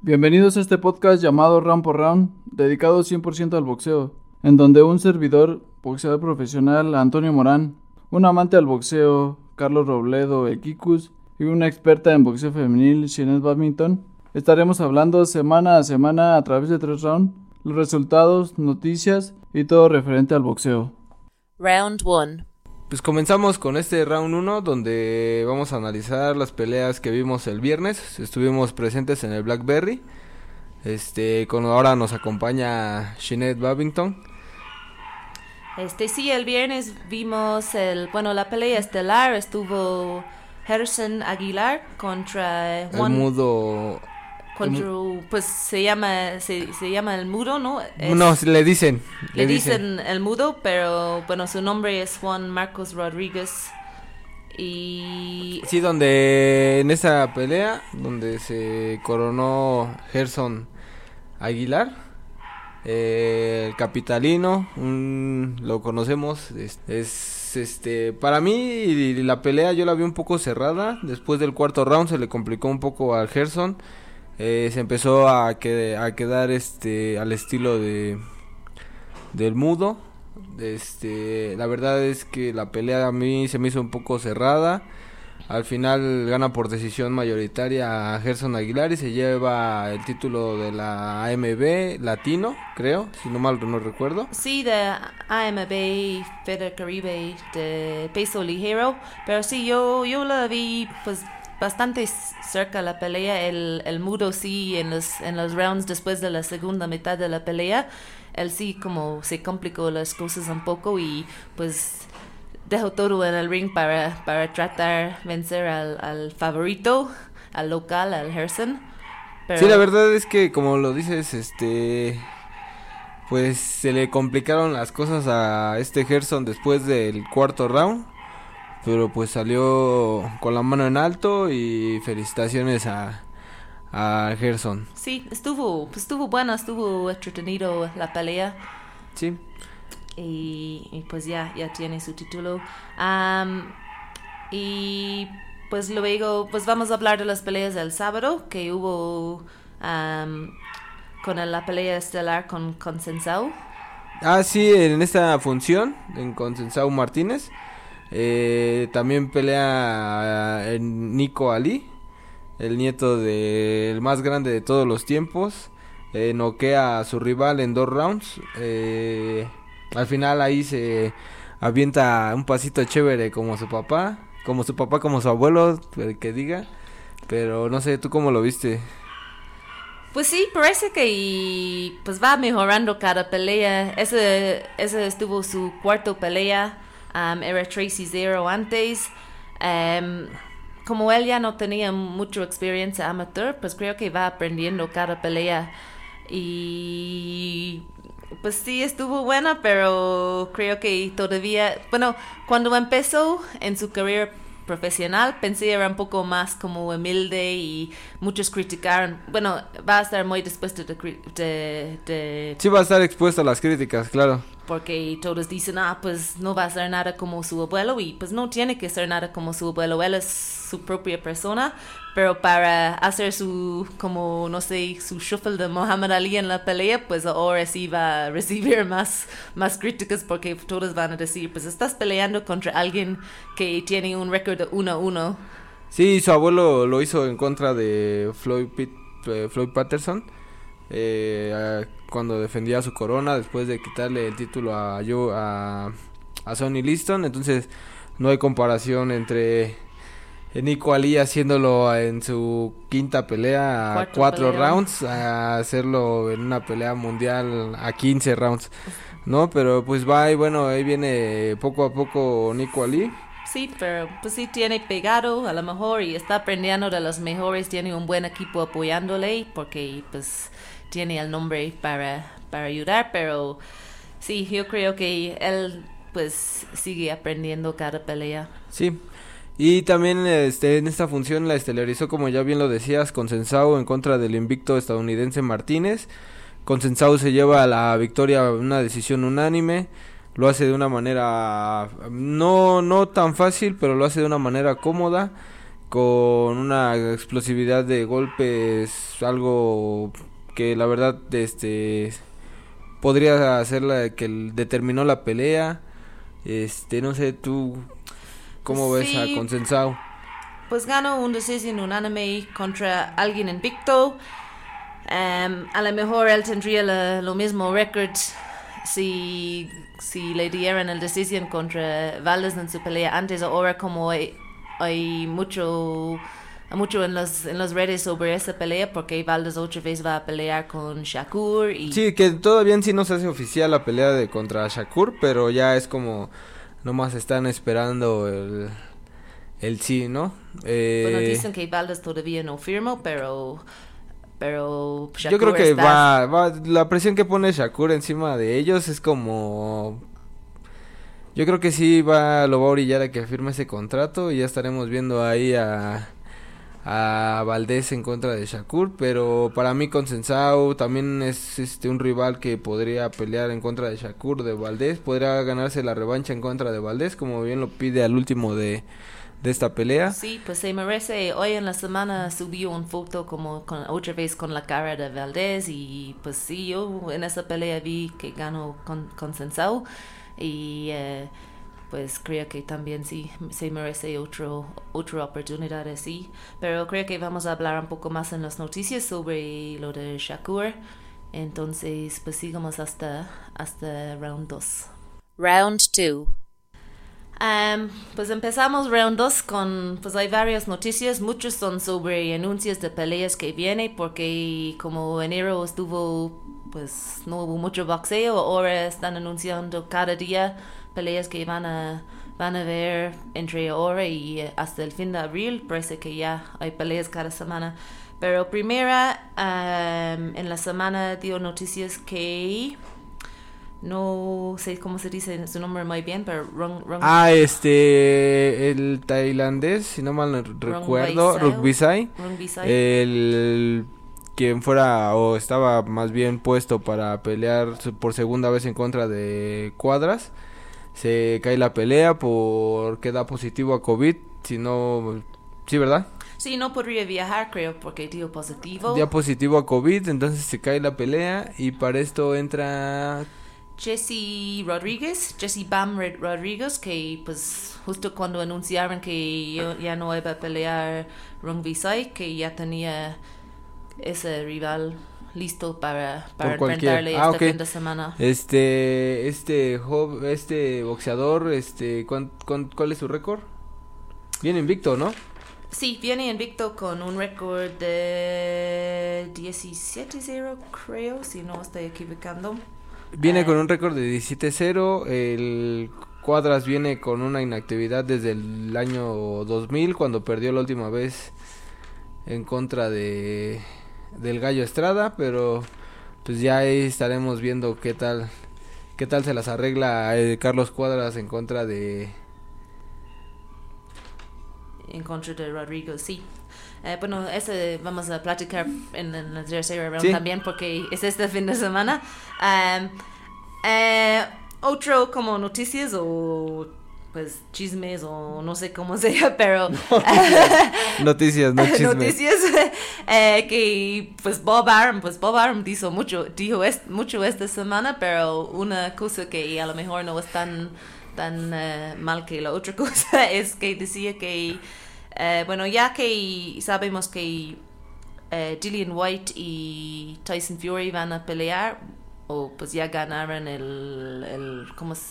Bienvenidos a este podcast llamado Round por Round, dedicado 100% al boxeo, en donde un servidor, boxeador profesional Antonio Morán, un amante al boxeo, Carlos Robledo, el Kikus, y una experta en boxeo femenil, Jeanette Badminton, estaremos hablando semana a semana a través de 3 rounds, los resultados, noticias y todo referente al boxeo. Round 1. Pues comenzamos con este round 1 donde vamos a analizar las peleas que vimos el viernes. Estuvimos presentes en el Blackberry. Ahora nos acompaña Jeanette Badminton. Sí, el viernes vimos la pelea estelar. Estuvo Gerson Aguilar contra El mudo. pues se llama el mudo, ¿no? Le dicen el mudo, pero bueno, su nombre es Juan Marcos Rodríguez. Y sí, donde en esa pelea donde se coronó Gerson Aguilar, el capitalino, lo conocemos, para mí la pelea yo la vi un poco cerrada. Después del cuarto round se le complicó un poco al Gerson. Se empezó a quedar al estilo del mudo. La verdad es que la pelea a mí se me hizo un poco cerrada. Al final gana por decisión mayoritaria a Gerson Aguilar y se lleva el título de la AMB Latino, creo, si no mal no recuerdo. Sí, de AMB Fede Caribe de peso ligero, pero sí, yo la vi pues bastante cerca la pelea. El mudo sí, en los rounds después de la segunda mitad de la pelea, él sí como se complicó las cosas un poco y pues dejó todo en el ring para tratar de vencer al favorito, al local, al Gerson. Pero sí, la verdad es que como lo dices, pues se le complicaron las cosas a Gerson después del cuarto round. Pero pues salió con la mano en alto y felicitaciones a Gerson. Sí, estuvo bueno, estuvo entretenido la pelea. Sí. Y pues ya tiene su título. Y pues luego pues vamos a hablar de las peleas del sábado que hubo con la pelea estelar con Consensau. Sí, en esta función en Consensau Martínez. También pelea Nico Ali, el nieto del más grande de todos los tiempos. Noquea a su rival en 2 rounds. Al final ahí se avienta un pasito chévere como su papá, como su abuelo, que diga. Pero no sé, ¿tú cómo lo viste? Pues sí, parece que pues va mejorando cada pelea. Ese estuvo su cuarto pelea. Era 3-0 antes. Como él ya no tenía mucha experiencia amateur, pues creo que va aprendiendo cada pelea. Y pues sí, estuvo buena, pero creo que todavía... Bueno, cuando empezó en su carrera profesional, pensé era un poco más como humilde y muchos criticaron. Bueno, va a estar muy dispuesto de sí, va a estar expuesto a las críticas, claro. Porque todos dicen, pues no va a ser nada como su abuelo, y pues no tiene que ser nada como su abuelo. Él es su propia persona, pero para hacer su shuffle de Muhammad Ali en la pelea, pues ahora sí va a recibir más críticas, porque todos van a decir, pues estás peleando contra alguien que tiene un récord de 1-1. Sí, su abuelo lo hizo en contra de Floyd Patterson. Cuando defendía su corona después de quitarle el título a Sonny Liston. Entonces no hay comparación entre Nico Ali haciéndolo en su quinta pelea a 4 rounds a hacerlo en una pelea mundial a 15 rounds, ¿no? Pero pues va, y bueno, ahí viene poco a poco Nico Ali. Sí, pero pues sí tiene pegado a lo mejor y está aprendiendo de los mejores. Tiene un buen equipo apoyándole porque pues tiene el nombre para ayudar, pero sí, yo creo que él pues sigue aprendiendo cada pelea. Sí, y también en esta función la estelarizó, como ya bien lo decías, Consensau en contra del invicto estadounidense Martínez. Consensau se lleva la victoria, una decisión unánime. Lo hace de una manera no tan fácil, pero lo hace de una manera cómoda. con una explosividad de golpes, algo que la verdad podría ser la que determinó la pelea. No sé tú cómo ves a Consensao. Pues ganó un decisión unánime contra alguien invicto. A lo mejor él tendría lo mismo récord si le dieran el decisión contra Valdez en su pelea antes. Ahora como hay mucho en las redes sobre esa pelea, porque Valdez otra vez va a pelear con Shakur y... Sí, que todavía en sí no se hace oficial la pelea contra Shakur, pero ya es como nomás están esperando el sí, ¿no? Bueno, dicen que Valdez todavía no firmó, pero Shakur yo creo que va la presión que pone Shakur encima de ellos es como... Yo creo que sí lo va a orillar a que firme ese contrato y ya estaremos viendo ahí a Valdez en contra de Shakur, pero para mí Consensao también es un rival que podría pelear en contra de Shakur, de Valdez, podría ganarse la revancha en contra de Valdez, como bien lo pide al último de esta pelea. Sí, pues se merece. Hoy en la semana subió una foto como otra vez con la cara de Valdez y pues sí, yo en esa pelea vi que ganó Consensao y pues creo que también sí se merece otra oportunidad así, pero creo que vamos a hablar un poco más en las noticias sobre lo de Shakur. Entonces pues sigamos hasta round 2. Round 2. Pues empezamos round 2 con, pues hay varias noticias, muchos son sobre anuncios de peleas que viene, porque como enero pues no hubo mucho boxeo, ahora están anunciando cada día peleas que van a ver entre ahora y hasta el fin de abril. Parece que ya hay peleas cada semana, pero primera en la semana dio noticias que no sé cómo se dice su nombre muy bien, pero el tailandés, si no mal recuerdo, Rugbisai, el quien fuera o estaba más bien puesto para pelear por segunda vez en contra de Cuadras, se cae la pelea porque da positivo a COVID, sí, ¿verdad? Sí, no podría viajar, creo, porque dio positivo. Dio positivo a COVID, entonces se cae la pelea y para esto entra Jesse Bam Rodríguez, que pues justo cuando anunciaron que ya no iba a pelear Rungvisai, que ya tenía ese rival listo para enfrentarle fin de semana. Este boxeador, ¿cuál es su récord? Viene invicto, ¿no? Sí, viene invicto con un récord de 17-0, creo, si no estoy equivocando. Viene con un récord de 17-0, el Cuadras viene con una inactividad desde el año 2000, cuando perdió la última vez en contra del Gallo Estrada, pero pues ya ahí estaremos viendo qué tal se las arregla Carlos Cuadras en contra de Rodrigo, sí. Bueno, ese vamos a platicar en la tercera round también, porque es este fin de semana. Otro como noticias o pues chismes o no sé cómo sea, pero noticias, no chismes. Noticias que pues Bob Arum dijo mucho esta semana, pero una cosa que a lo mejor no es tan mal que la otra cosa es que decía que ya que sabemos que Dillian Whyte y Tyson Fury van a pelear, o pues ya ganaron ¿cómo es?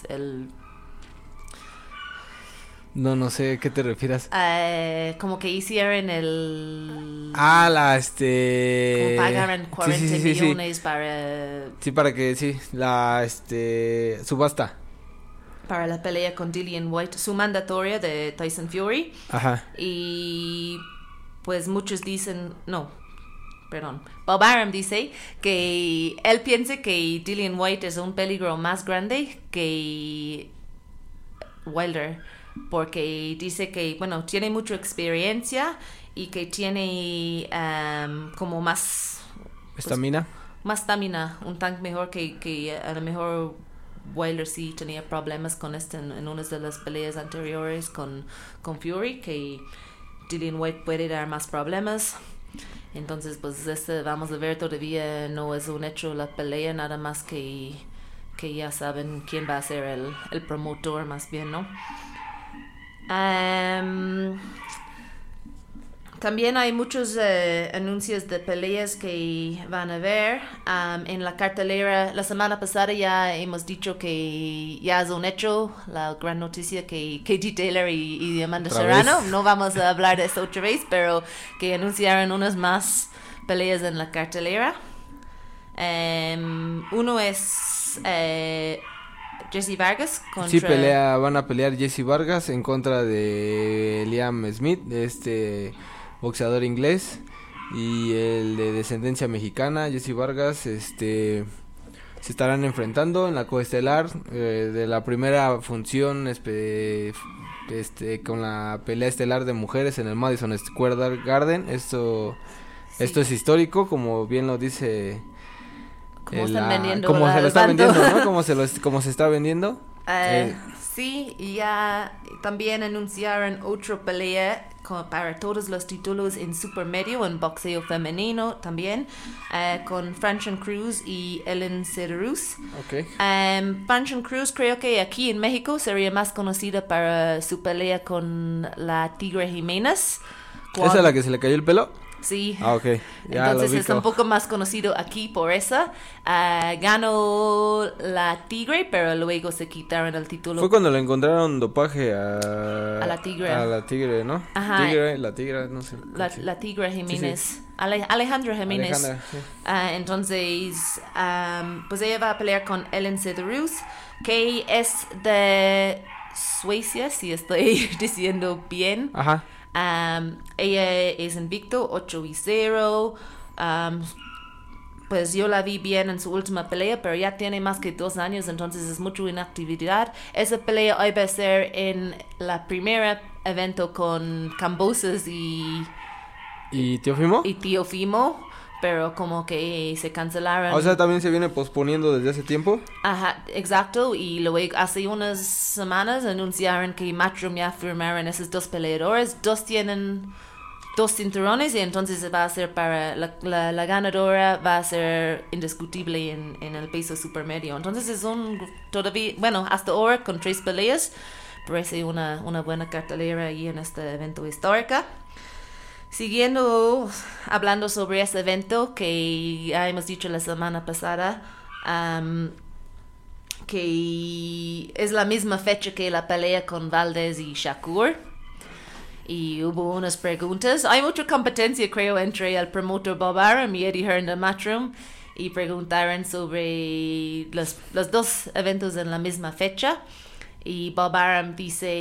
No sé a qué te refieras. Como que hicieron como pagaron 40 millones para... Sí, para que, subasta. Para la pelea con Dillian Whyte, su mandatoria de Tyson Fury. Ajá. Y pues muchos dicen, Bob Arum dice que él piensa que Dillian Whyte es un peligro más grande que Wilder, porque dice que, tiene mucha experiencia y que tiene como más... ¿Estamina? Más estamina, un tanque mejor que a lo mejor Wilder sí tenía problemas con en una de las peleas anteriores con Fury, que Dillian White puede dar más problemas. Entonces, pues vamos a ver, todavía no es un hecho la pelea, nada más que ya saben quién va a ser el promotor más bien, ¿no? También hay muchos anuncios de peleas que van a ver en la cartelera. La semana pasada ya hemos dicho que ya es un hecho, la gran noticia que Katie Taylor y Amanda Serrano, no vamos a hablar de esto otra vez, pero que anunciaron unas más peleas en la cartelera. Uno es Jesse Vargas contra... Sí, van a pelear Jesse Vargas en contra de Liam Smith, boxeador inglés, y el de descendencia mexicana, Jesse Vargas. Se estarán enfrentando en la coestelar de la primera función con la pelea estelar de mujeres en el Madison Square Garden. Esto es histórico, como bien lo dice... Como se lo está vendiendo, ¿no? Como se está vendiendo. Sí, y ya también anunciaron otra pelea para todos los títulos en supermedio, en boxeo femenino también, con Franchon Cruz y Ellen Cederus. Okay. Franchon Cruz creo que aquí en México sería más conocida para su pelea con la Tigre Jiménez. ¿Esa es la que se le cayó el pelo? Sí. Ah, ok. Ya entonces es un poco más conocido aquí por esa. Ganó la Tigre, pero luego se quitaron el título. Fue cuando le encontraron dopaje a la Tigre. A la Tigre, ¿no? Ajá. La Tigre, no sé. La Tigre Jiménez. Sí. Alejandra Jiménez. Sí. Entonces, pues ella va a pelear con Ellen Cederus, que es de Suecia, si estoy diciendo bien. Ajá. Ella es invicto 8-0. Pues yo la vi bien en su última pelea, pero ya tiene más que 2 años, entonces es mucha inactividad. Esa pelea iba a ser en la primera evento con Kambosos y Teofimo, pero como que se cancelaron. O sea, también se viene posponiendo desde hace tiempo. Ajá, exacto, y luego hace unas semanas anunciaron que Matchroom ya firmaron esos 2 peleadores. 2 tienen 2 cinturones, y entonces va a ser para la ganadora, va a ser indiscutible en el peso supermedio. Entonces es todavía, bueno, hasta ahora con 3 peleas, parece una buena cartelera ahí en este evento histórico. Siguiendo hablando sobre ese evento que ya hemos dicho la semana pasada, que es la misma fecha que la pelea con Valdez y Shakur. Y hubo unas preguntas. Hay mucha competencia, creo, entre el promotor Bob Arum y Eddie Hearn de Matchroom. Y preguntaron sobre los 2 eventos en la misma fecha. Y Bob Arum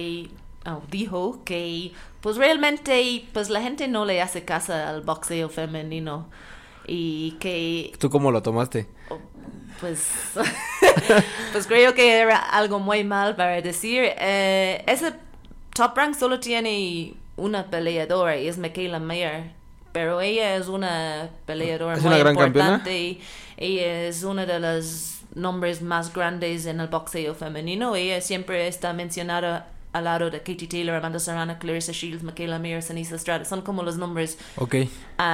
dijo que pues realmente pues la gente no le hace caso al boxeo femenino. Y que... ¿Tú cómo lo tomaste? Pues creo que era algo muy mal para decir. Ese Top Rank solo tiene una peleadora y es Michaela Mayer, pero ella es una peleadora muy importante. Ella es una de los nombres más grandes en el boxeo femenino. Ella siempre está mencionada al lado de Katie Taylor, Amanda Serrano, Clarissa Shields, Michaela Mayer, Sanisa Estrada. Son como los nombres. Okay.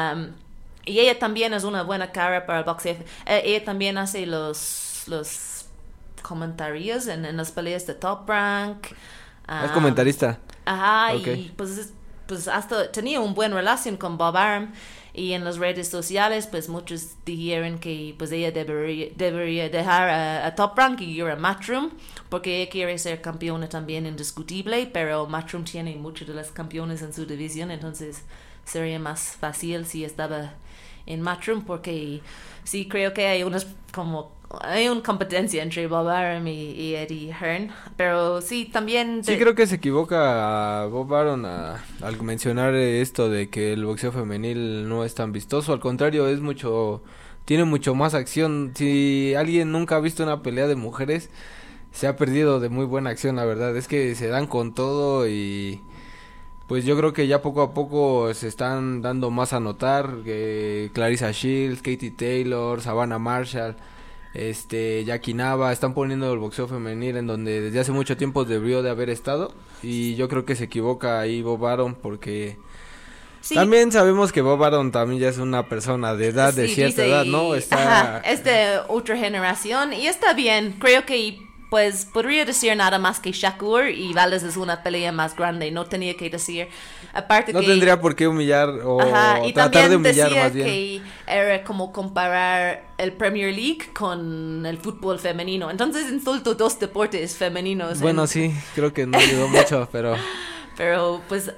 Y ella también es una buena cara para el boxeo. Ella también hace los comentarios en las peleas de Top Rank. Es comentarista. Ajá, okay. Y pues hasta tenía una buena relación con Bob Arum. Y en las redes sociales, pues muchos dijeron que pues ella debería dejar a Top Rank y ir a Matchroom, porque ella quiere ser campeona también indiscutible, pero Matchroom tiene muchos de los campeones en su división, entonces sería más fácil si estaba en Matchroom, porque sí creo que hay una competencia entre Bob Arum y Eddie Hearn, pero sí también... Sí, creo que se equivoca a Bob Arum al mencionar esto de que el boxeo femenil no es tan vistoso. Al contrario, tiene mucho más acción. Si alguien nunca ha visto una pelea de mujeres, se ha perdido de muy buena acción, la verdad. Es que se dan con todo y... Pues yo creo que ya poco a poco se están dando más a notar, que Clarissa Shields, Katie Taylor, Savannah Marshall, Jackie Nava, están poniendo el boxeo femenil en donde desde hace mucho tiempo debió de haber estado, y yo creo que se equivoca ahí Bob Arum, porque Sí. también sabemos que Bob Arum también ya es una persona de edad, de Sí, cierta dice, edad, ¿no? Está... Ajá, es de otra generación y está bien. Creo que, pues, podría decir nada más que Shakur y Valdez es una pelea más grande. No tenía que decir, aparte No que... tendría por qué humillar o Ajá, y tratar de también humillar decía más bien. que era como comparar el Premier League con el fútbol femenino. Entonces insultó dos deportes femeninos. Bueno, sí, creo que no ayudó mucho, Pero, pues...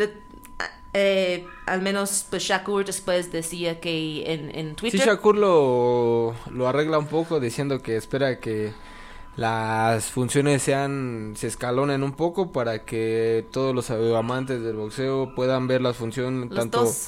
al menos pues Shakur después decía que en Twitter... Sí, Shakur lo arregla un poco diciendo que espera que las funciones se escalonen un poco para que todos los amantes del boxeo puedan ver las funciones Los tanto... dos,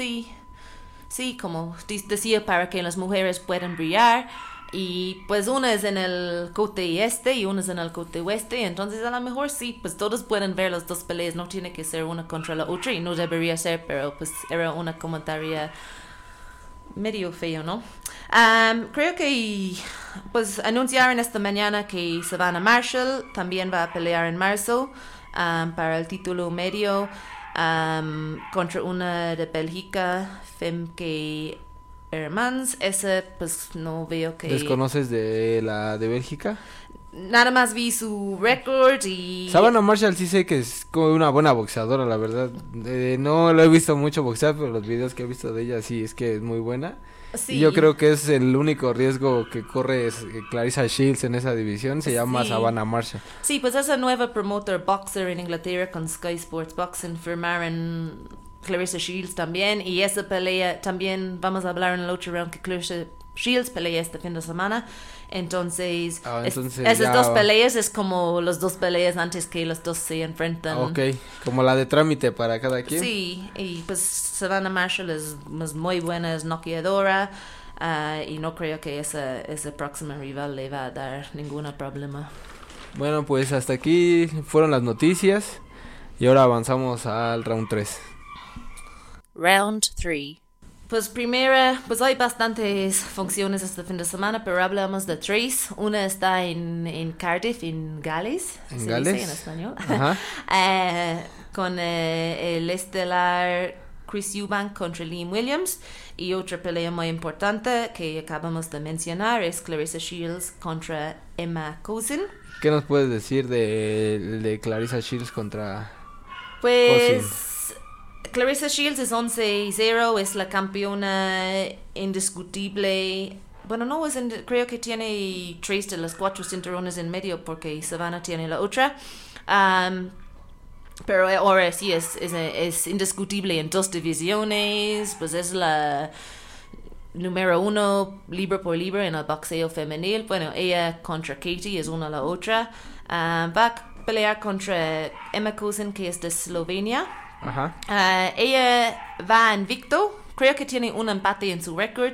sí, como decía, para que las mujeres puedan brillar. Y pues una es en el cote este y una es en el cote oeste. Entonces a lo mejor sí, pues todos pueden ver las dos peleas. No tiene que ser una contra la otra y no debería ser, pero pues era una comentaria medio feo, ¿no? Creo que pues anunciaron esta mañana que Savannah Marshall también va a pelear en marzo para el título medio contra una de Bélgica, Femke Hermans. Ese pues no veo que... ¿Desconoces de la de Bélgica? Nada más vi su récord y... Savannah Marshall sí sé que es como una buena boxeadora, la verdad. No lo he visto mucho boxear, pero los videos que he visto de ella sí es que es muy buena. Sí. Y yo creo que es el único riesgo que corre Clarissa Shields en esa división, se llama Sí. Savannah Marshall. Sí, pues esa nueva promotor boxer en Inglaterra con Sky Sports Boxing firmaron Clarissa Shields también, y esa pelea también vamos a hablar en el otro round que Clarissa Shields pelea este fin de semana. Entonces, esas ya dos peleas es como las dos peleas antes que los dos se enfrentan. Ok, como la de trámite para cada quien. Sí, y pues Savannah Marshall es muy buena, es noqueadora, y no creo que esa próxima rival le va a dar ningún problema. Bueno, pues hasta aquí fueron las noticias y ahora avanzamos al round 3. Round 3. Pues primero, pues hay bastantes funciones este fin de semana, pero hablamos de tres. Una está en Cardiff, en Gales. ¿En se Gales? dice en español. Ajá. Con el estelar Chris Eubank contra Liam Williams. Y otra pelea muy importante que acabamos de mencionar es Clarissa Shields contra Emma Cousin. ¿Qué nos puedes decir de Clarissa Shields contra Pues... Cousin? Clarissa Shields es 11-0, es la campeona indiscutible. Bueno, no es creo que tiene 3 de los 4 cinturones en medio porque Savannah tiene la otra. Pero ahora sí es indiscutible en 2 divisiones. Pues es la número 1 libra por libra en el boxeo femenil. Bueno, ella contra Katie es una a la otra. Va a pelear contra Emma Cousin, que es de Eslovenia. Ajá. Ella va invicto, creo que tiene un empate en su récord,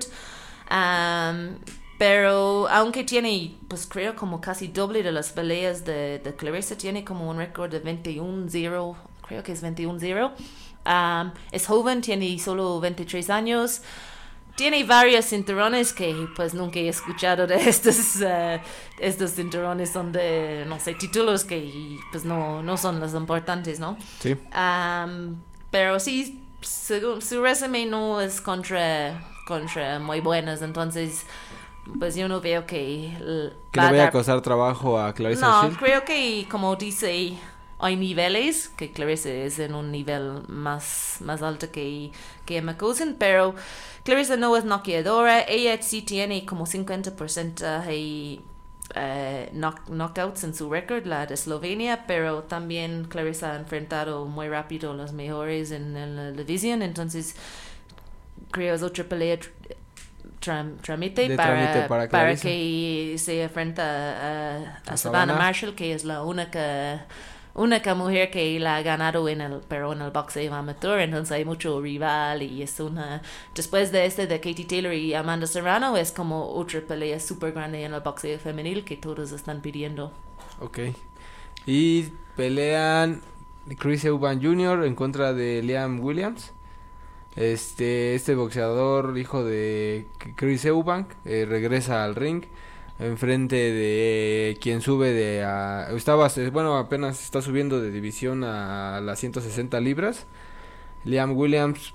pero aunque tiene, pues creo como casi doble de las peleas de Clarissa, tiene como un récord de 21-0, creo que es 21-0. Es joven, tiene solo 23 años. Tiene varios cinturones que pues nunca he escuchado de estos cinturones. Son de, no sé, títulos que pues no son los importantes, ¿no? Sí. Pero sí, su resumen no es contra muy buenas, entonces pues yo no veo que le vaya a costar trabajo a Clarissa No, Shields. creo que como dice... Hay niveles, que Clarissa es en un nivel más alto que Emma Cousin, pero Clarissa no es noqueadora. Ella sí tiene como 50% de knockouts en su récord, la de Eslovenia, pero también Clarissa ha enfrentado muy rápido a los mejores en la división, entonces creo es otra pelea trámite para que se enfrenta a Savannah Marshall, que es la única mujer que la ha ganado pero en el boxeo amateur, entonces hay mucho rival y es después de de Katie Taylor y Amanda Serrano es como otra pelea súper grande en el boxeo femenil que todos están pidiendo. Ok. Y pelean Chris Eubank Jr. en contra de Liam Williams. Este boxeador, hijo de Chris Eubank, regresa al ring enfrente de quien sube apenas está subiendo de división a las 160 libras. Liam Williams,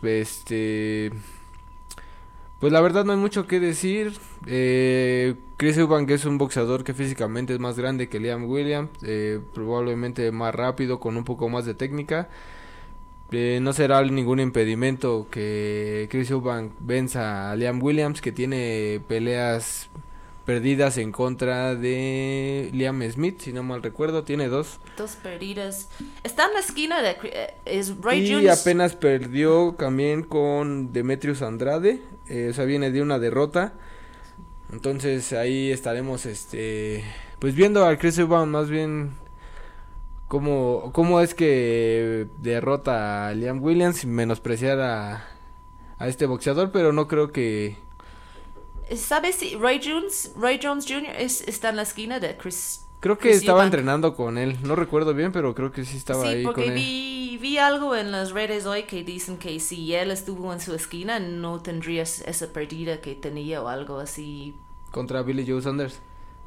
pues la verdad no hay mucho que decir. Chris Eubank es un boxeador que físicamente es más grande que Liam Williams, probablemente más rápido, con un poco más de técnica. No será ningún impedimento que Chris Eubank venza a Liam Williams, que tiene peleas perdidas en contra de Liam Smith, si no mal recuerdo, tiene dos perdidas. Está en la esquina de es Roy y Jones. apenas perdió también con Demetrius Andrade, o sea, viene de una derrota. Entonces ahí estaremos pues viendo a Chris Eubank más bien cómo es que derrota a Liam Williams sin menospreciar a este boxeador, pero no creo que... ¿Sabes si Roy Jones Jr. está en la esquina de Chris? Creo que Chris estaba Eubank. entrenando con él, no recuerdo bien, pero creo que sí estaba ahí con porque él. vi algo en las redes hoy que dicen que si él estuvo en su esquina no tendrías esa pérdida que tenía o algo así. Contra Billy Joe Saunders.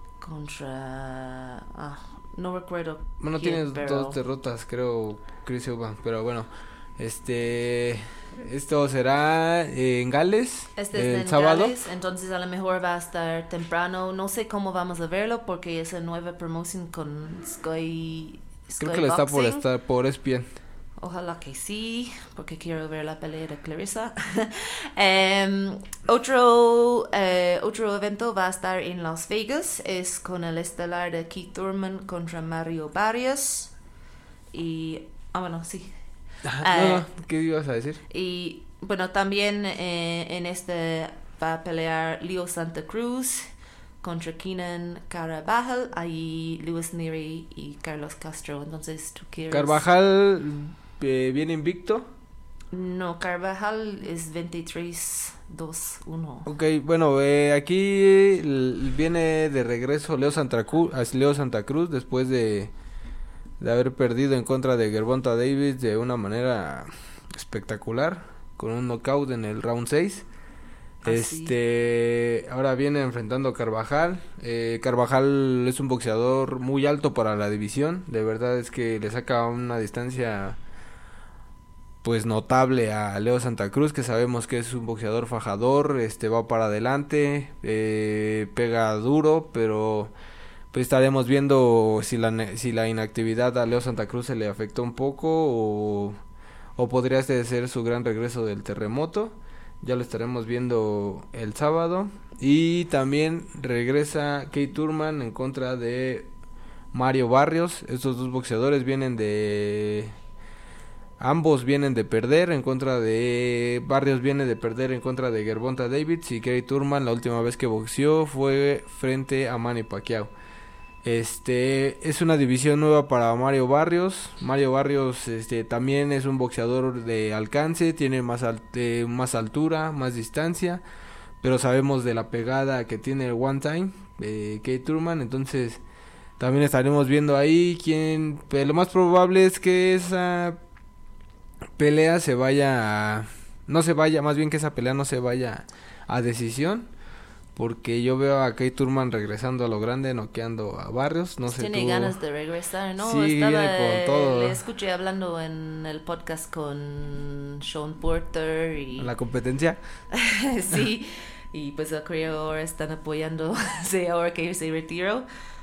No recuerdo. Bueno, tienes dos derrotas, creo, Chris Eubank, pero bueno, esto será en Gales el sábado. Gales, entonces a lo mejor va a estar temprano. No sé cómo vamos a verlo porque es una nueva promoción con Sky. Creo que lo está por estar por ESPN. Ojalá que sí, porque quiero ver la pelea de Clarissa. Otro evento va a estar en Las Vegas. Es con el estelar de Keith Thurman contra Mario Barrios. Y... bueno, sí. No, ¿qué ibas a decir? Y bueno, también en va a pelear Leo Santa Cruz contra Keenan Carvajal, ahí Luis Nery y Carlos Castro. Entonces, ¿tú quieres? Carvajal viene invicto. No, Carvajal es 23-2-1. Ok, bueno, aquí viene de regreso Leo Santa Cruz después de haber perdido en contra de Gervonta Davis de una manera espectacular, con un knockout en el round 6. Ahora viene enfrentando a Carvajal. Carvajal es un boxeador muy alto para la división. De verdad es que le saca una distancia pues notable a Leo Santa Cruz, que sabemos que es un boxeador fajador, va para adelante, pega duro, pero pues estaremos viendo si la inactividad a Leo Santa Cruz se le afectó un poco o podría ser su gran regreso del terremoto. Ya lo estaremos viendo el sábado. Y también regresa Keith Thurman en contra de Mario Barrios. Estos dos boxeadores ambos vienen de perder en contra de... Barrios viene de perder en contra de Gervonta Davis, y Keith Thurman la última vez que boxeó fue frente a Manny Pacquiao. Es una división nueva para Mario Barrios. Mario Barrios también es un boxeador de alcance, tiene más altura, más distancia, pero sabemos de la pegada que tiene el one time Keith Thurman. Entonces también estaremos viendo ahí lo más probable es que esa pelea más bien que esa pelea no se vaya a decisión, porque yo veo a Keith Thurman regresando a lo grande, noqueando a Barrios. No sé, tiene ganas de regresar, ¿no? Sí, viene con todo. Le escuché hablando en el podcast con Sean Porter y... ¿La competencia? Sí, y pues creo ahora están apoyando ahora que se retiró.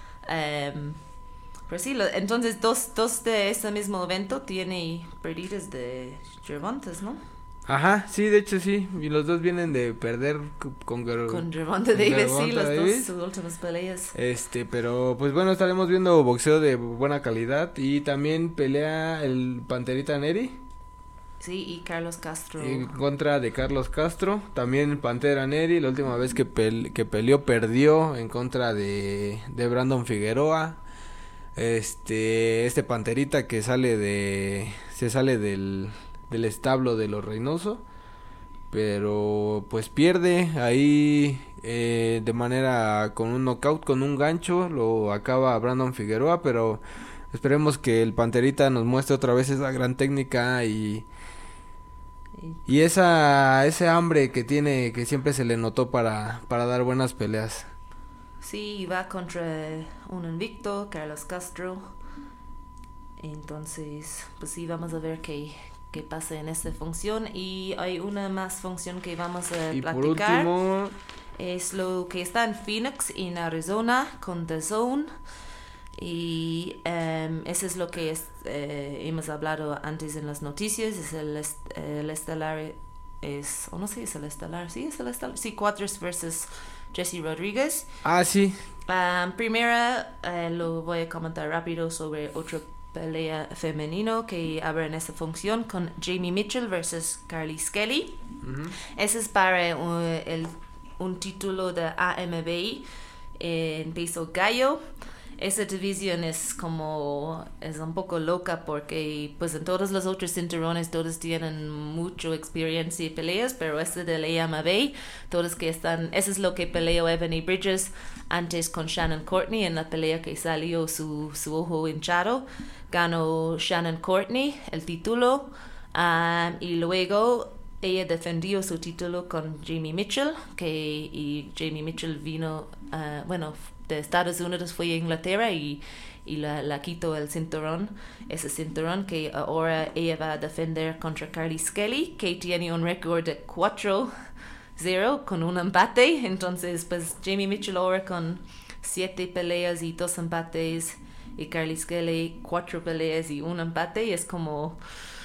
Pero sí, entonces dos de ese mismo evento tiene perdidas de Gervontas, ¿no? Ajá, sí, de hecho sí, y los dos vienen de perder con Gervonta Davis, sí, las dos sus últimas peleas. Pero pues bueno, estaremos viendo boxeo de buena calidad, y también pelea el Panterita Neri. Sí, y Carlos Castro. En contra de Carlos Castro, también Pantera Neri, la última vez que peleó perdió en contra de Brandon Figueroa. Panterita que se sale del establo de los Reynoso, pero pues pierde ahí de manera con un knockout, con un gancho, lo acaba Brandon Figueroa, pero esperemos que el Panterita nos muestre otra vez esa gran técnica y Y ese hambre que tiene, que siempre se le notó para dar buenas peleas. Sí, va contra un invicto, Carlos Castro. Entonces, pues sí, vamos a ver qué pasa en esta función. Y hay una más función que vamos a Y platicar. por último, es lo que está en Phoenix, en Arizona, con The Zone. Y eso es lo que hemos hablado antes en las noticias. Es el estelar, o no sé, es el estelar. Sí, es el estelar. Sí, Cuadras versus Jesse Rodríguez. sí. Primera, lo voy a comentar rápido sobre otra pelea femenino que habrá en esta función con Jamie Mitchell versus Carly Skelly. Ese es para un título de AMB en peso gallo. Esa división es un poco loca porque pues en todos los otros cinturones todos tienen mucha experiencia y peleas, pero este de la AMB, todos que están, eso es lo que peleó Ebony Bridges antes con Shannon Courtney en la pelea que salió su ojo hinchado. Ganó Shannon Courtney el título, y luego ella defendió su título con Jamie Mitchell, y Jamie Mitchell vino, de Estados Unidos, fue a Inglaterra y la quitó el cinturón, ese cinturón que ahora ella va a defender contra Carly Skelly, que tiene un récord de 4-0 con un empate. Entonces pues Jamie Mitchell ahora con 7 peleas y 2 empates, y Carly Skelly 4 peleas y un empate, y es como...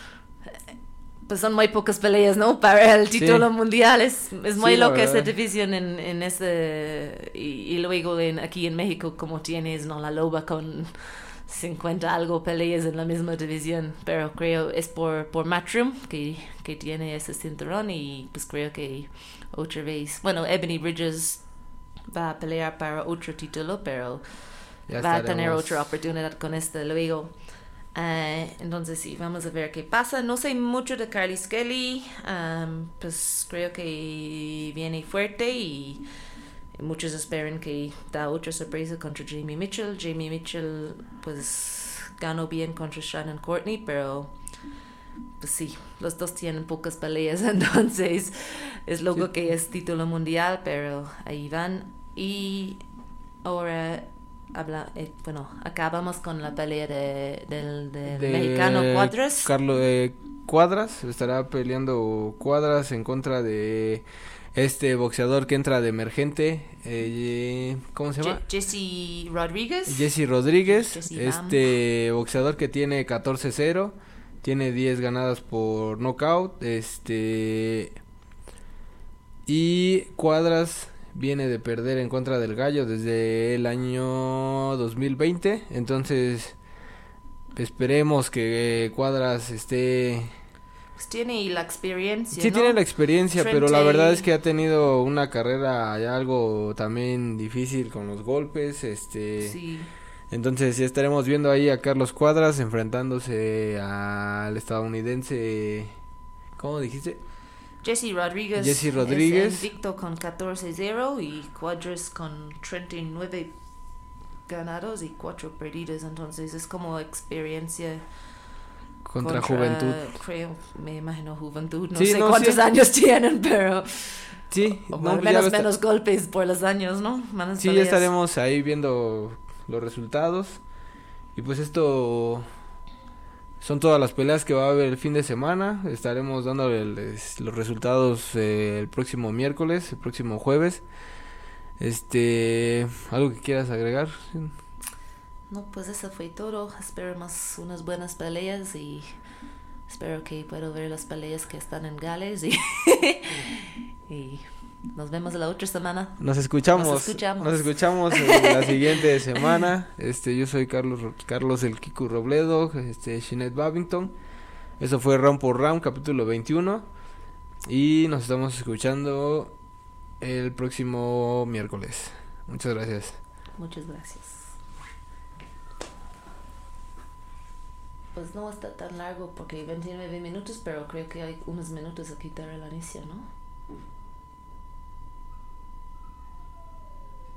pues son muy pocas peleas, ¿no? Para el título mundial es muy loca esa división en ese... Y luego aquí en México, como tienes, ¿no? La Loba con 50 algo peleas en la misma división. Pero creo es por Matchroom que tiene ese cinturón, y pues creo que otra vez... Bueno, Ebony Bridges va a pelear para otro título, pero va a tener otra oportunidad con este luego. Entonces sí, vamos a ver qué pasa. No sé mucho de Carly Skelly, pues creo que viene fuerte y muchos esperan que da otra sorpresa contra Jamie Mitchell. Jamie Mitchell pues ganó bien contra Shannon Courtney, pero pues sí, los dos tienen pocas peleas, entonces es loco que es título mundial, pero ahí van. Y ahora acabamos con la pelea del mexicano Cuadras. Carlos Cuadras, estará peleando Cuadras en contra de este boxeador que entra de emergente, ¿cómo se llama? Jesse Rodríguez. Jesse Rodríguez, boxeador que tiene 14-0, tiene 10 ganadas por knockout, y Cuadras viene de perder en contra del Gallo desde el año 2020, entonces esperemos que Cuadras esté... Pues tiene la experiencia, sí, ¿no? Tiene la experiencia, pero la verdad es que ha tenido una carrera ya algo también difícil con los golpes, Sí. Entonces ya estaremos viendo ahí a Carlos Cuadras enfrentándose al estadounidense, ¿cómo dijiste? Jesse Rodríguez. Es invicto con 14-0 y Cuadras con 39 ganados y 4 perdidos. Entonces es como experiencia contra juventud. Creo, me imagino juventud. No sé cuántos años tienen, pero... Sí. Menos golpes por los años, ¿no? Menos sí, peleas. Ya estaremos ahí viendo los resultados. Y pues esto... son todas las peleas que va a haber el fin de semana. Estaremos dándoles los resultados el próximo miércoles, el próximo jueves. ¿Algo que quieras agregar? No, pues eso fue todo. Esperemos unas buenas peleas y espero que pueda ver las peleas que están en Gales y nos vemos la otra semana. Nos escuchamos la siguiente semana. Yo soy Carlos el Kiku Robledo, Shinette Babington. Eso fue Round por Round, capítulo 21. Y nos estamos escuchando el próximo miércoles. Muchas gracias. Muchas gracias. Pues no está tan largo porque 29 minutos, pero creo que hay unos minutos a quitar el inicio, ¿no?